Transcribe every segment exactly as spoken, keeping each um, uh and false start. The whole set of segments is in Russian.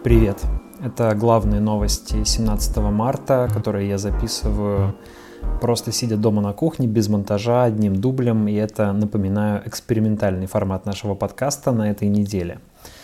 Привет! Это главные новости семнадцатого марта, которые я записываю просто сидя дома на кухне, без монтажа, одним дублем. И это, напоминаю, экспериментальный формат нашего подкаста на этой неделе.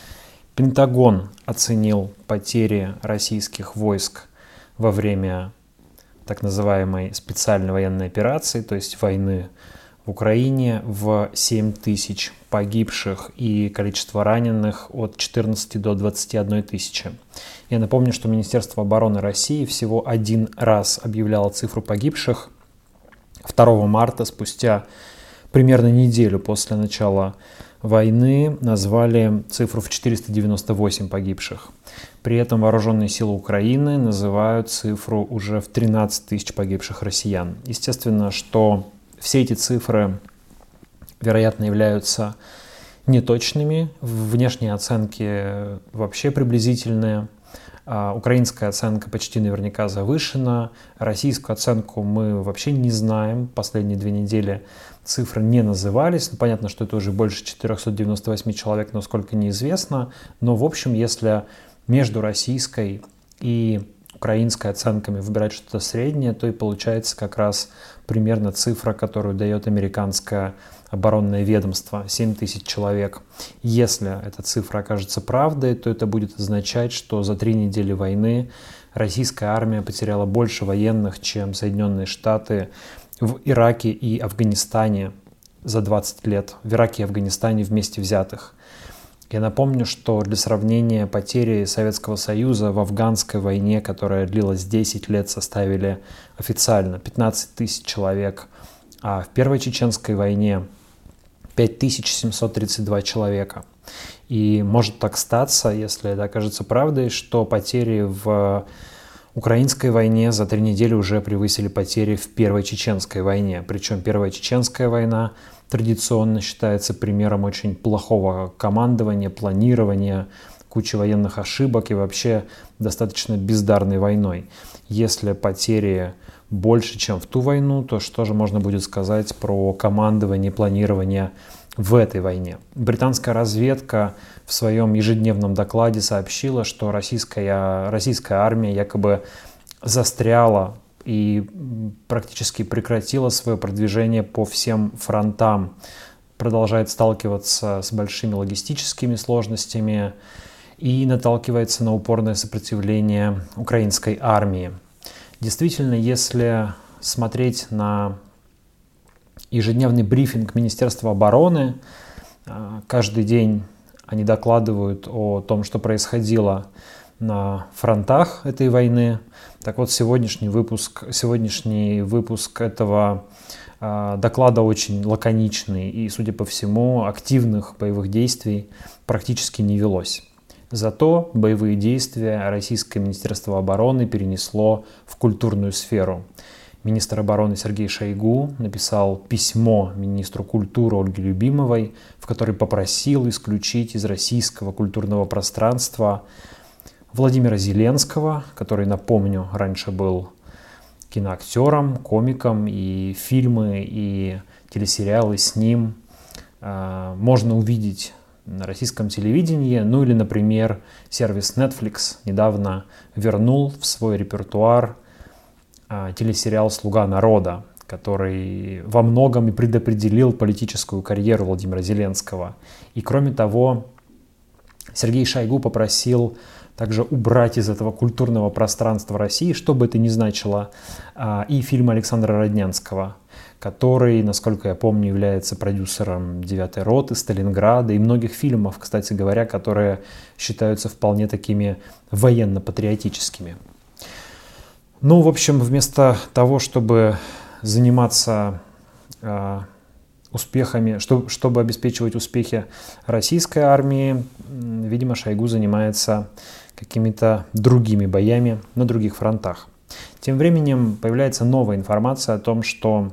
Пентагон оценил потери российских войск во время так называемой специальной военной операции, то есть войны в Украине, в семь тысяч погибших и количество раненых от четырнадцати до двадцати одной тысячи. Я напомню, что Министерство обороны России всего один раз объявляло цифру погибших. второго марта, спустя примерно неделю после начала войны, назвали цифру в четыреста девяносто восемь погибших. При этом вооруженные силы Украины называют цифру уже в тринадцать тысяч погибших россиян. Естественно, что все эти цифры, вероятно, являются неточными. Внешние оценки вообще приблизительные. А украинская оценка почти наверняка завышена. Российскую оценку мы вообще не знаем. Последние две недели цифры не назывались. Ну, понятно, что это уже больше четырехсот девяноста восьми человек, но сколько неизвестно. Но, в общем, если между российской и украинской оценками выбирать что-то среднее, то и получается как раз примерно цифра, которую дает американское оборонное ведомство — семь тысяч человек. Если эта цифра окажется правдой, то это будет означать, что за три недели войны российская армия потеряла больше военных, чем Соединенные Штаты в Ираке и Афганистане за двадцать лет. В Ираке и Афганистане вместе взятых. Я напомню, что для сравнения потери Советского Союза в афганской войне, которая длилась десять лет, составили официально пятнадцать тысяч человек, а в Первой Чеченской войне пять тысяч семьсот тридцать два человека. И может так статься, если это окажется правдой, что потери в украинской войне за три недели уже превысили потери в Первой Чеченской войне. Причем Первая Чеченская война традиционно считается примером очень плохого командования, планирования, кучи военных ошибок и вообще достаточно бездарной войной. Если потери больше, чем в ту войну, то что же можно будет сказать про командование, планирование в этой войне? Британская разведка в своем ежедневном докладе сообщила, что российская, российская армия якобы застряла и практически прекратила свое продвижение по всем фронтам, продолжает сталкиваться с большими логистическими сложностями и наталкивается на упорное сопротивление украинской армии. Действительно, если смотреть на ежедневный брифинг Министерства обороны, каждый день они докладывают о том, что происходило на фронтах этой войны. Так вот, сегодняшний выпуск, сегодняшний выпуск этого э, доклада очень лаконичный, и, судя по всему, активных боевых действий практически не велось. Зато боевые действия российское Министерство обороны перенесло в культурную сферу. Министр обороны Сергей Шойгу написал письмо министру культуры Ольге Любимовой, в котором попросил исключить из российского культурного пространства Владимира Зеленского, который, напомню, раньше был киноактером, комиком, и фильмы, и телесериалы с ним э, можно увидеть на российском телевидении. Ну или, например, сервис Netflix недавно вернул в свой репертуар э, телесериал «Слуга народа», который во многом и предопределил политическую карьеру Владимира Зеленского. И кроме того, Сергей Шойгу попросил также убрать из этого культурного пространства России, что бы это ни значило, и фильм Александра Роднянского, который, насколько я помню, является продюсером «Девятой роты», «Сталинграда» и многих фильмов, кстати говоря, которые считаются вполне такими военно-патриотическими. Ну, в общем, вместо того, чтобы заниматься э, успехами, чтобы, чтобы обеспечивать успехи российской армии, видимо, Шойгу занимается какими-то другими боями на других фронтах. Тем временем появляется новая информация о том, что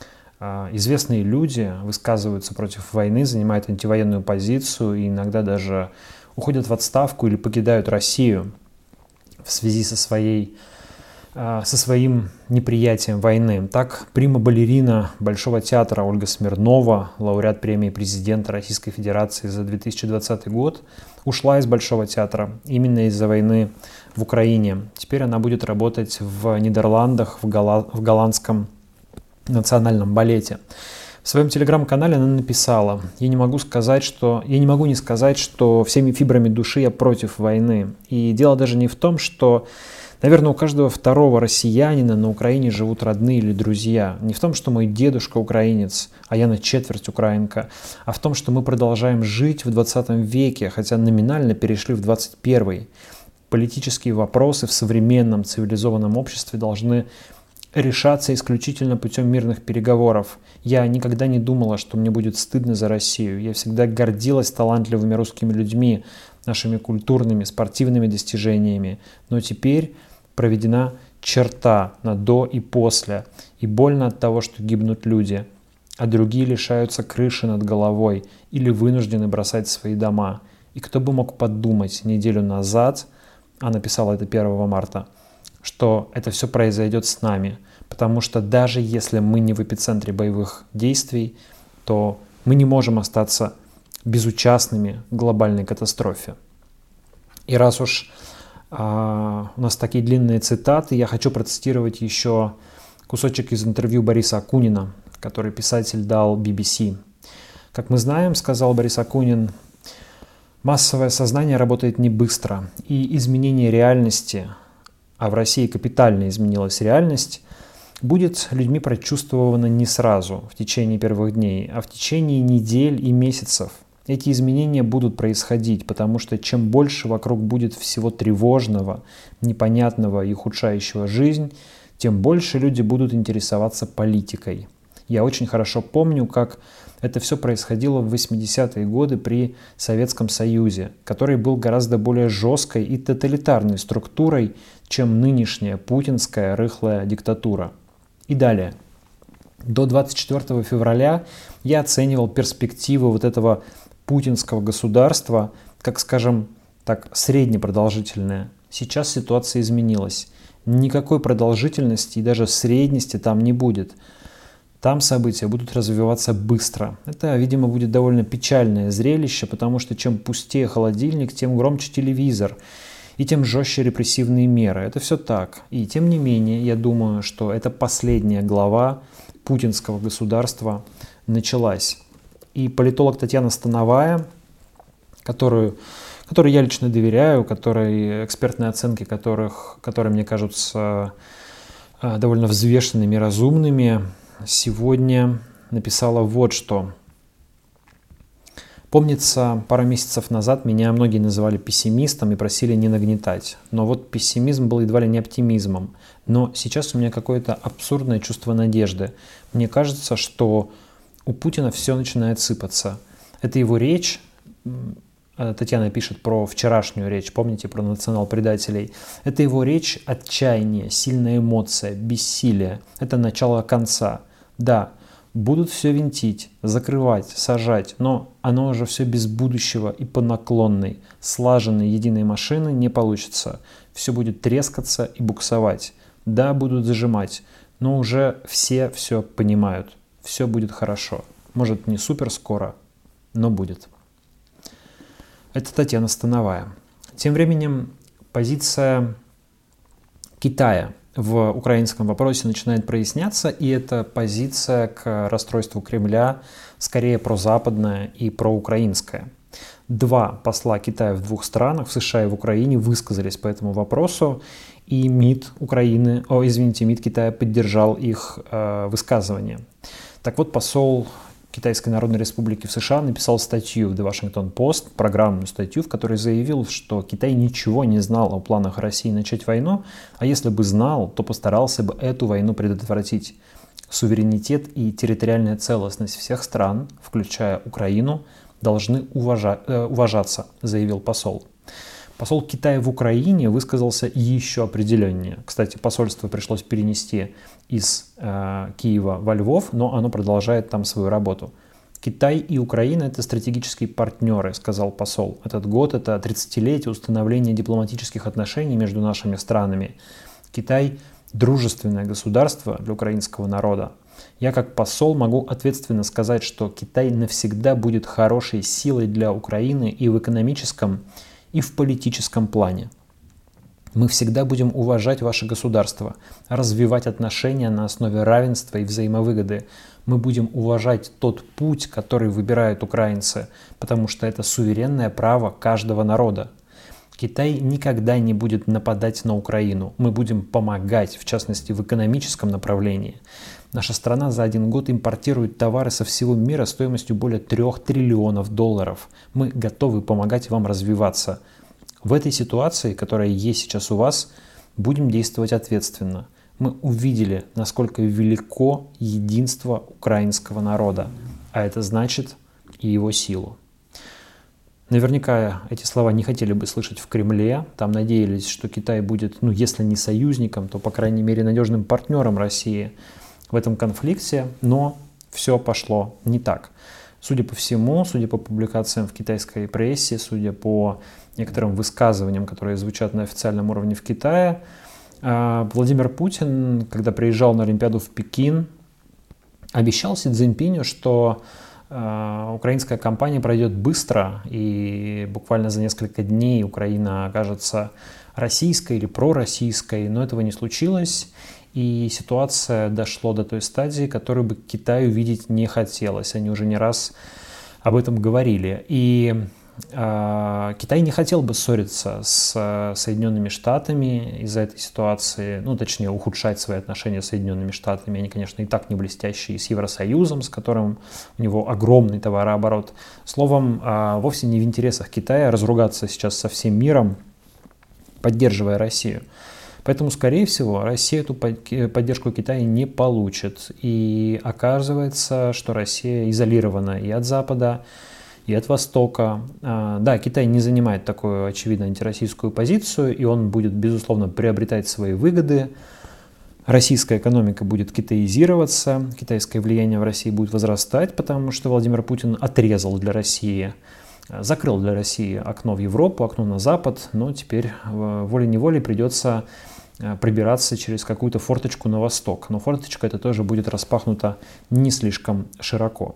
э, известные люди высказываются против войны, занимают антивоенную позицию и иногда даже уходят в отставку или покидают Россию в связи со своей со своим неприятием войны. Так, прима-балерина Большого театра Ольга Смирнова, лауреат премии президента Российской Федерации за две тысячи двадцатый год, ушла из Большого театра именно из-за войны в Украине. Теперь она будет работать в Нидерландах, в, Голла- в голландском национальном балете. В своем телеграм-канале она написала: «Я не могу сказать, что... Я не могу не сказать, что всеми фибрами души я против войны. И дело даже не в том, что, наверное, у каждого второго россиянина на Украине живут родные или друзья. Не в том, что мой дедушка украинец, а я на четверть украинка, а в том, что мы продолжаем жить в двадцатом веке, хотя номинально перешли в двадцать первый. Политические вопросы в современном цивилизованном обществе должны решаться исключительно путем мирных переговоров. Я никогда не думала, что мне будет стыдно за Россию. Я всегда гордилась талантливыми русскими людьми, нашими культурными, спортивными достижениями. Но теперь проведена черта на до и после. И больно от того, что гибнут люди, а другие лишаются крыши над головой или вынуждены бросать свои дома. И кто бы мог подумать неделю назад, а написала это первого марта, что это все произойдет с нами, потому что даже если мы не в эпицентре боевых действий, то мы не можем остаться безучастными к глобальной катастрофе. И раз уж а, у нас такие длинные цитаты, я хочу процитировать еще кусочек из интервью Бориса Акунина, который писатель дал би би си. «Как мы знаем, — сказал Борис Акунин, — массовое сознание работает не быстро, и изменение реальности, а в России капитально изменилась реальность, будет людьми прочувствовано не сразу, в течение первых дней, а в течение недель и месяцев. Эти изменения будут происходить, потому что чем больше вокруг будет всего тревожного, непонятного и ухудшающего жизнь, тем больше люди будут интересоваться политикой. Я очень хорошо помню, как это все происходило в восьмидесятые годы при Советском Союзе, который был гораздо более жесткой и тоталитарной структурой, чем нынешняя путинская рыхлая диктатура». И далее. До двадцать четвёртого февраля я оценивал перспективы вот этого путинского государства как, скажем так, среднепродолжительные. Сейчас ситуация изменилась. Никакой продолжительности и даже средности там не будет. Там события будут развиваться быстро. Это, видимо, будет довольно печальное зрелище, потому что чем пустее холодильник, тем громче телевизор, и тем жестче репрессивные меры. Это все так. И тем не менее, я думаю, что эта последняя глава путинского государства началась. И политолог Татьяна Становая, которую, которой я лично доверяю, которой экспертные оценки которых, которые мне кажутся довольно взвешенными и разумными, сегодня написала вот что. Помнится, пару месяцев назад меня многие называли пессимистом и просили не нагнетать. Но вот пессимизм был едва ли не оптимизмом. Но сейчас у меня какое-то абсурдное чувство надежды. Мне кажется, что у Путина все начинает сыпаться. Это его речь, Татьяна пишет про вчерашнюю речь, помните, про национал-предателей. Это его речь отчаяние, сильная эмоция, бессилие. Это начало конца. Да, будут все винтить, закрывать, сажать, но оно уже все без будущего и по наклонной. Слаженной единой машины не получится. Все будет трескаться и буксовать. Да, будут зажимать, но уже все все понимают. Все будет хорошо. Может, не супер скоро, но будет. Это Татьяна Становая. Тем временем позиция Китая в украинском вопросе начинает проясняться, и эта позиция к расстройству Кремля скорее прозападная и проукраинская. Два посла Китая в двух странах, в США и в Украине, высказались по этому вопросу, и МИД Украины, о, извините, МИД Китая поддержал их э, высказывание. Так вот, посол Китайской Народной Республики в США написал статью в The Washington Post, программную статью, в которой заявил, что Китай ничего не знал о планах России начать войну, а если бы знал, то постарался бы эту войну предотвратить. Суверенитет и территориальная целостность всех стран, включая Украину, должны уважа- э, уважаться, заявил посол. Посол Китая в Украине высказался еще определеннее. Кстати, посольство пришлось перенести из э, Киева во Львов, но оно продолжает там свою работу. Китай и Украина – это стратегические партнеры, сказал посол. Этот год – это тридцатилетие установления дипломатических отношений между нашими странами. Китай дружественное государство для украинского народа. Я как посол могу ответственно сказать, что Китай навсегда будет хорошей силой для Украины и в экономическом, и в политическом плане. Мы всегда будем уважать ваше государство, развивать отношения на основе равенства и взаимовыгоды. Мы будем уважать тот путь, который выбирают украинцы, потому что это суверенное право каждого народа. Китай никогда не будет нападать на Украину. Мы будем помогать, в частности, в экономическом направлении. Наша страна за один год импортирует товары со всего мира стоимостью более трех триллионов долларов. Мы готовы помогать вам развиваться. В этой ситуации, которая есть сейчас у вас, будем действовать ответственно. Мы увидели, насколько велико единство украинского народа, а это значит и его силу. Наверняка эти слова не хотели бы слышать в Кремле. Там надеялись, что Китай будет, ну, если не союзником, то, по крайней мере, надежным партнером России в этом конфликте. Но все пошло не так. Судя по всему, судя по публикациям в китайской прессе, судя по некоторым высказываниям, которые звучат на официальном уровне в Китае, Владимир Путин, когда приезжал на Олимпиаду в Пекин, обещал Си Цзиньпиню, что украинская кампания пройдет быстро, и буквально за несколько дней Украина окажется российской или пророссийской, но этого не случилось, и ситуация дошла до той стадии, которую бы Китаю видеть не хотелось. Они уже не раз об этом говорили. И э, Китай не хотел бы ссориться с Соединенными Штатами из-за этой ситуации, ну, точнее, ухудшать свои отношения с Соединенными Штатами. Они, конечно, и так не блестящие, с Евросоюзом, с которым у него огромный товарооборот. Словом, э, вовсе не в интересах Китая разругаться сейчас со всем миром, поддерживая Россию. Поэтому, скорее всего, Россия эту поддержку Китая не получит. И оказывается, что Россия изолирована и от Запада, и от Востока. Да, Китай не занимает такую очевидно антироссийскую позицию, и он будет, безусловно, приобретать свои выгоды. Российская экономика будет китаизироваться, китайское влияние в России будет возрастать, потому что Владимир Путин отрезал для России, закрыл для России окно в Европу, окно на Запад, но теперь волей-неволей придется пробираться через какую-то форточку на восток. Но форточка эта тоже будет распахнута не слишком широко.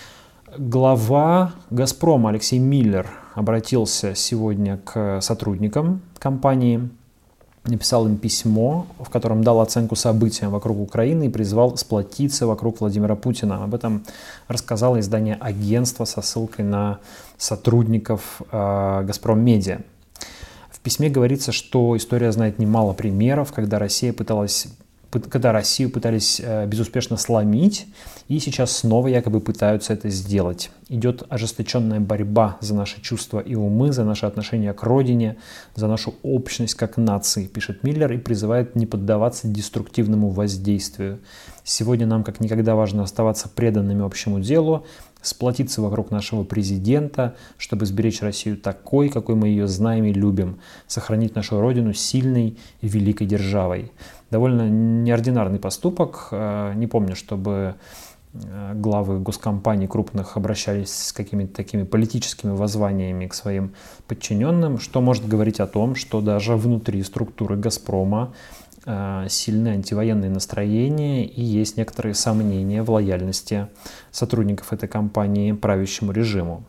Глава «Газпрома» Алексей Миллер обратился сегодня к сотрудникам компании, написал им письмо, в котором дал оценку событиям вокруг Украины и призвал сплотиться вокруг Владимира Путина. Об этом рассказало издание «Агентство» со ссылкой на сотрудников э, «Газпром Медиа». В письме говорится, что история знает немало примеров, когда Россия пыталась, когда Россию пытались э, безуспешно сломить, и сейчас снова якобы пытаются это сделать. Идет ожесточенная борьба за наши чувства и умы, за наше отношение к родине, за нашу общность как нации, пишет Миллер, и призывает не поддаваться деструктивному воздействию. Сегодня нам как никогда важно оставаться преданными общему делу, сплотиться вокруг нашего президента, чтобы сберечь Россию такой, какой мы ее знаем и любим, сохранить нашу родину сильной и великой державой. Довольно неординарный поступок. Не помню, чтобы главы госкомпаний крупных обращались с какими-то такими политическими воззваниями к своим подчиненным, что может говорить о том, что даже внутри структуры «Газпрома» сильные антивоенные настроения и есть некоторые сомнения в лояльности сотрудников этой компании правящему режиму.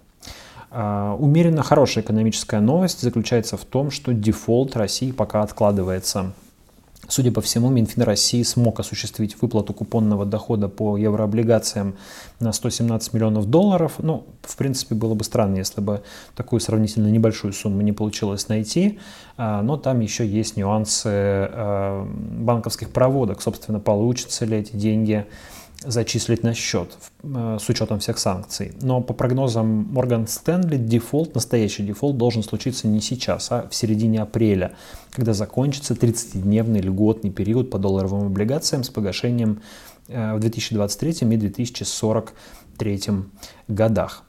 Умеренно хорошая экономическая новость заключается в том, что дефолт России пока откладывается. Судя по всему, Минфин России смог осуществить выплату купонного дохода по еврооблигациям на сто семнадцать миллионов долларов. Ну, в принципе, было бы странно, если бы такую сравнительно небольшую сумму не получилось найти. Но там еще есть нюансы банковских проводок. Собственно, получится ли эти деньги зачислить на счет с учетом всех санкций. Но по прогнозам Морган Стэнли, дефолт, настоящий дефолт должен случиться не сейчас, а в середине апреля, когда закончится тридцатидневный льготный период по долларовым облигациям с погашением в две тысячи двадцать третьем и две тысячи сорок третьем годах.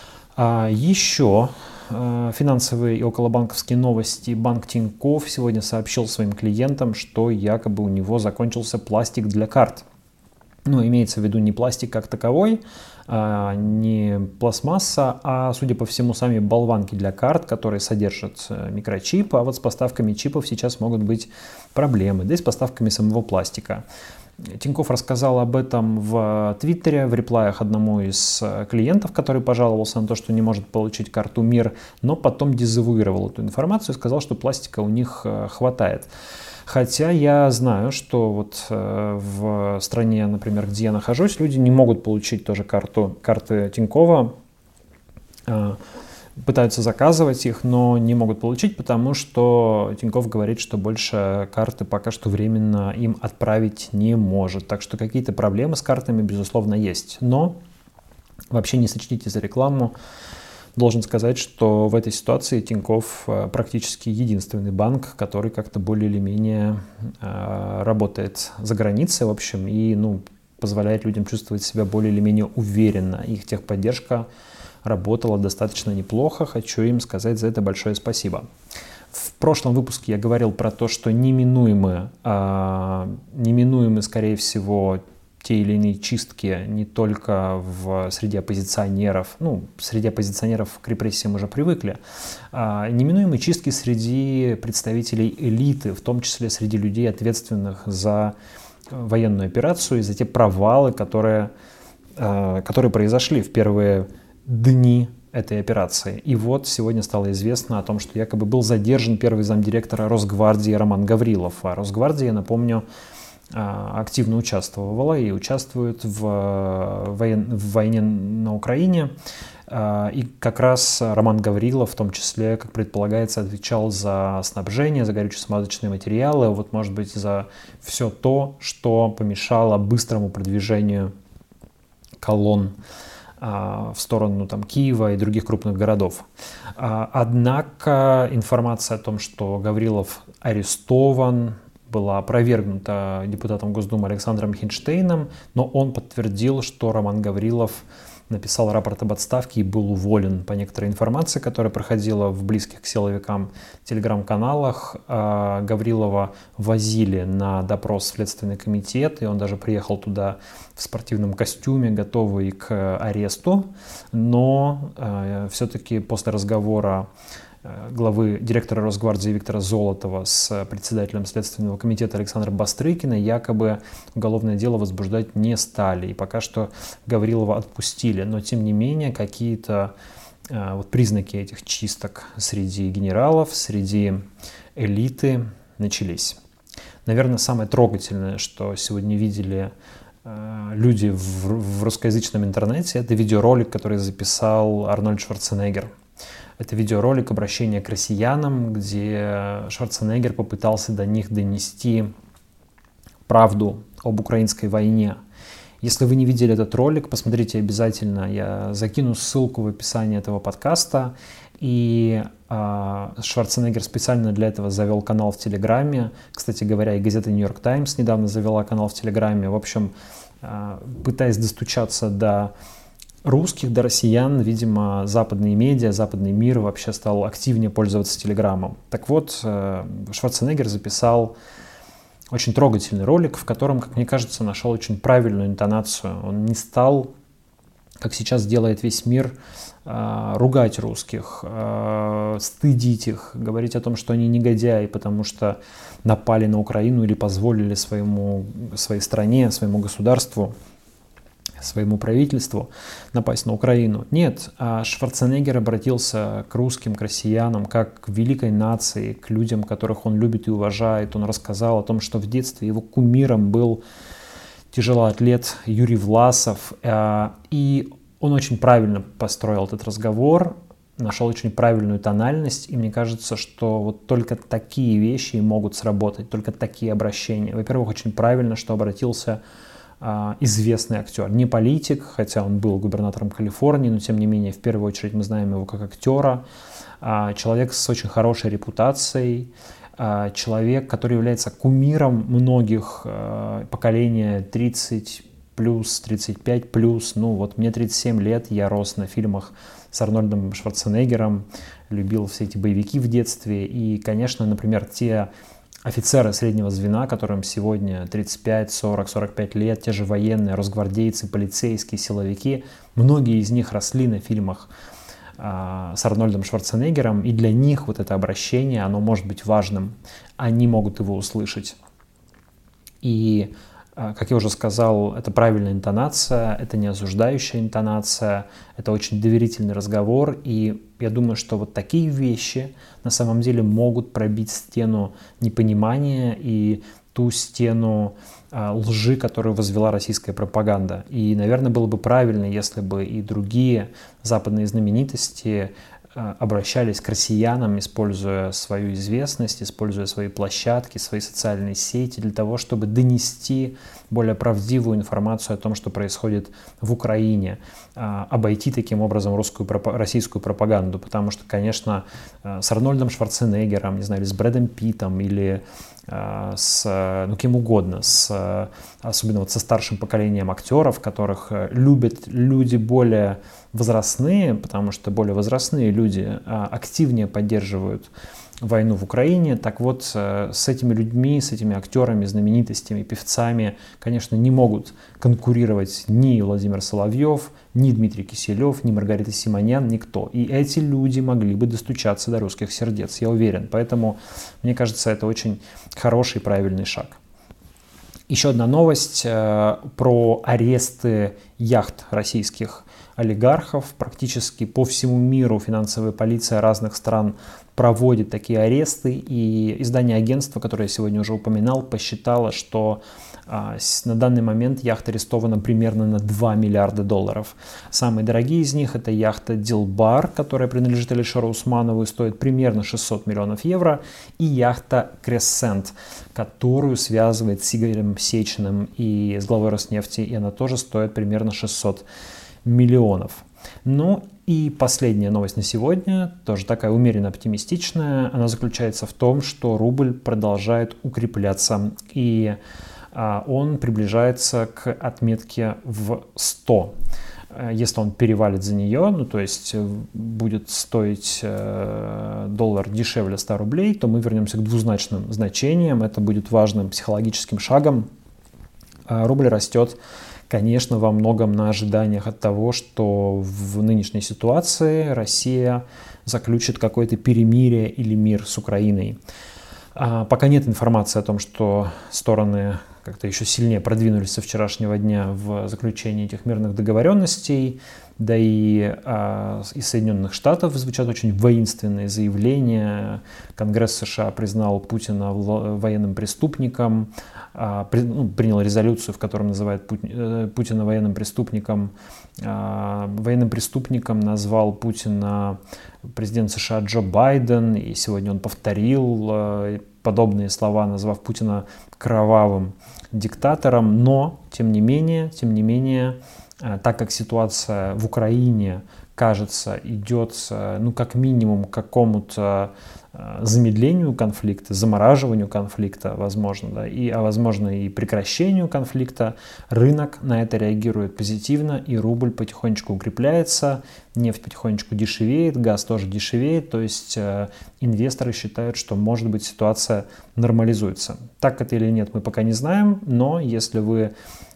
А еще финансовые и околобанковские новости. Банк Тинькофф сегодня сообщил своим клиентам, что якобы у него закончился пластик для карт. Ну, имеется в виду не пластик как таковой, не пластмасса, а, судя по всему, сами болванки для карт, которые содержат микрочип, а вот с поставками чипов сейчас могут быть проблемы, да и с поставками самого пластика. Тинькофф рассказал об этом в Твиттере, в реплаях одному из клиентов, который пожаловался на то, что не может получить карту МИР, но потом дезавуировал эту информацию и сказал, что пластика у них хватает. Хотя я знаю, что вот в стране, например, где я нахожусь, люди не могут получить тоже карту, карты Тинькова, пытаются заказывать их, но не могут получить, потому что Тинькофф говорит, что больше карты пока что временно им отправить не может. Так что какие-то проблемы с картами, безусловно, есть. Но вообще не сочтите за рекламу. Должен сказать, что в этой ситуации Тинькофф практически единственный банк, который как-то более или менее э, работает за границей, в общем, и ну, позволяет людям чувствовать себя более или менее уверенно. Их техподдержка работала достаточно неплохо. Хочу им сказать за это большое спасибо. В прошлом выпуске я говорил про то, что неминуемы, э, неминуемы, скорее всего, те или иные чистки не только в среде оппозиционеров, ну, среди оппозиционеров к репрессиям уже привыкли, а неминуемые чистки среди представителей элиты, в том числе среди людей, ответственных за военную операцию и за те провалы, которые, которые произошли в первые дни этой операции. И вот сегодня стало известно о том, что якобы был задержан первый замдиректора Росгвардии Роман Гаврилов. А Росгвардия, напомню, активно участвовала и участвует в, воен... в войне на Украине. И как раз Роман Гаврилов, в том числе, как предполагается, отвечал за снабжение, за горюче-смазочные материалы, вот, может быть, за все то, что помешало быстрому продвижению колонн в сторону там, Киева и других крупных городов. Однако информация о том, что Гаврилов арестован, была опровергнута депутатом Госдумы Александром Хинштейном, но он подтвердил, что Роман Гаврилов написал рапорт об отставке и был уволен. По некоторой информации, которая проходила в близких к силовикам телеграм-каналах, Гаврилова возили на допрос в Следственный комитет, и он даже приехал туда в спортивном костюме, готовый к аресту, но все-таки после разговора главы директора Росгвардии Виктора Золотова с председателем Следственного комитета Александром Бастрыкиным якобы уголовное дело возбуждать не стали. И пока что Гаврилова отпустили. Но тем не менее какие-то э, вот признаки этих чисток среди генералов, среди элиты начались. Наверное, самое трогательное, что сегодня видели э, люди в, в русскоязычном интернете, это видеоролик, который записал Арнольд Шварценеггер. Это видеоролик обращения к россиянам, где Шварценеггер попытался до них донести правду об украинской войне. Если вы не видели этот ролик, посмотрите обязательно. Я закину ссылку в описании этого подкаста. И э, Шварценеггер специально для этого завел канал в Телеграме. Кстати говоря, и газета «Нью-Йорк Таймс» недавно завела канал в Телеграме. В общем, э, пытаясь достучаться до русских, до россиян, видимо, западные медиа, западный мир вообще стал активнее пользоваться Телеграмом. Так вот, Шварценеггер записал очень трогательный ролик, в котором, как мне кажется, нашел очень правильную интонацию. Он не стал, как сейчас делает весь мир, ругать русских, стыдить их, говорить о том, что они негодяи, потому что напали на Украину или позволили своему, своей стране, своему государству, своему правительству напасть на Украину. Нет, Шварценеггер обратился к русским, к россиянам, как к великой нации, к людям, которых он любит и уважает. Он рассказал о том, что в детстве его кумиром был тяжелоатлет Юрий Власов. И он очень правильно построил этот разговор, нашел очень правильную тональность. И мне кажется, что вот только такие вещи могут сработать, только такие обращения. Во-первых, очень правильно, что обратился известный актер, не политик, хотя он был губернатором Калифорнии, но тем не менее, в первую очередь мы знаем его как актера, человек с очень хорошей репутацией, человек, который является кумиром многих поколения тридцать плюс, тридцать пять плюс, ну вот мне тридцать семь лет, я рос на фильмах с Арнольдом Шварценеггером, любил все эти боевики в детстве, и, конечно, например, те офицеры среднего звена, которым сегодня тридцать пять, сорок, сорок пять лет, те же военные, росгвардейцы, полицейские, силовики, многие из них росли на фильмах а, с Арнольдом Шварценеггером, и для них вот это обращение, оно может быть важным, они могут его услышать. И, как я уже сказал, это правильная интонация, это не осуждающая интонация, это очень доверительный разговор, и я думаю, что вот такие вещи на самом деле могут пробить стену непонимания и ту стену а, лжи, которую возвела российская пропаганда. И, наверное, было бы правильно, если бы и другие западные знаменитости обращались к россиянам, используя свою известность, используя свои площадки, свои социальные сети для того, чтобы донести более правдивую информацию о том, что происходит в Украине, обойти таким образом русскую, российскую пропаганду. Потому что, конечно, с Арнольдом Шварценеггером, не знаю, или с Брэдом Питтом, или с, ну, кем угодно, с, особенно вот со старшим поколением актеров, которых любят люди более возрастные, потому что более возрастные люди активнее поддерживают войну в Украине. Так вот, с этими людьми, с этими актерами, знаменитостями, певцами, конечно, не могут конкурировать ни Владимир Соловьев, ни Дмитрий Киселев, ни Маргарита Симонян, никто. И эти люди могли бы достучаться до русских сердец, я уверен. Поэтому, мне кажется, это очень хороший и правильный шаг. Еще одна новость э, про аресты яхт российских олигархов. Практически по всему миру финансовая полиция разных стран проводит такие аресты. И издание агентства, которое я сегодня уже упоминал, посчитало, что а, на данный момент яхта арестована примерно на два миллиарда долларов. Самые дорогие из них — это яхта Дилбар, которая принадлежит Алишеру Усманову и стоит примерно шестьсот миллионов евро, и яхта Крессент, которую связывает с Игорем Сечиным и с главой Роснефти, и она тоже стоит примерно шестьсот миллионов. Ну и последняя новость на сегодня, тоже такая умеренно оптимистичная, она заключается в том, что рубль продолжает укрепляться, и а, он приближается к отметке в сто. Если он перевалит за нее, ну то есть будет стоить э, доллар дешевле ста рублей, то мы вернемся к двузначным значениям, это будет важным психологическим шагом. А рубль растет, конечно, во многом на ожиданиях от того, что в нынешней ситуации Россия заключит какое-то перемирие или мир с Украиной. А пока нет информации о том, что стороны как-то еще сильнее продвинулись со вчерашнего дня в заключении этих мирных договоренностей, да и а, из Соединенных Штатов звучат очень воинственные заявления. Конгресс США признал Путина военным преступником, а, при, ну, принял резолюцию, в которой называет Путин, Путина военным преступником. А, военным преступником назвал Путина президент США Джо Байден, и сегодня он повторил а, подобные слова, назвав Путина кровавым диктатором. Но, тем не менее, тем не менее, так как ситуация в Украине, кажется, идет, ну, как минимум, к какому-то замедлению конфликта, замораживанию конфликта, возможно, да, и, а возможно и прекращению конфликта, рынок на это реагирует позитивно, и рубль потихонечку укрепляется, нефть потихонечку дешевеет, газ тоже дешевеет, то есть э, инвесторы считают, что, может быть, ситуация нормализуется. Так это или нет, мы пока не знаем, но если вы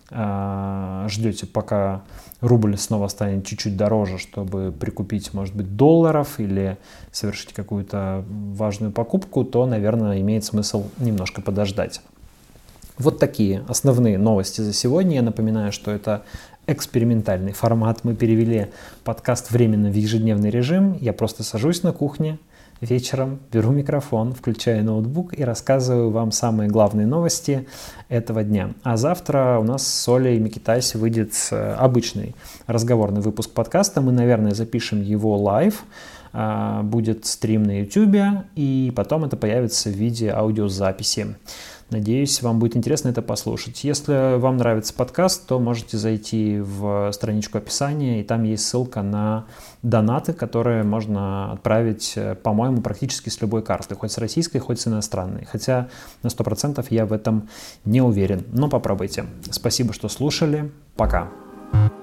э, ждете, пока рубль снова станет чуть-чуть дороже, чтобы прикупить, может быть, долларов или совершить какую-то важную покупку, то, наверное, имеет смысл немножко подождать. Вот такие основные новости за сегодня. Я напоминаю, что это экспериментальный формат. Мы перевели подкаст временно в ежедневный режим. Я просто сажусь на кухне вечером, беру микрофон, включаю ноутбук и рассказываю вам самые главные новости этого дня. А завтра у нас с Олей Микитаси выйдет обычный разговорный выпуск подкаста. Мы, наверное, запишем его лайв. Будет стрим на YouTube, и потом это появится в виде аудиозаписи. Надеюсь, вам будет интересно это послушать. Если вам нравится подкаст, то можете зайти в страничку описания, и там есть ссылка на донаты, которые можно отправить, по-моему, практически с любой карты, хоть с российской, хоть с иностранной. Хотя на сто процентов я в этом не уверен, но попробуйте. Спасибо, что слушали. Пока.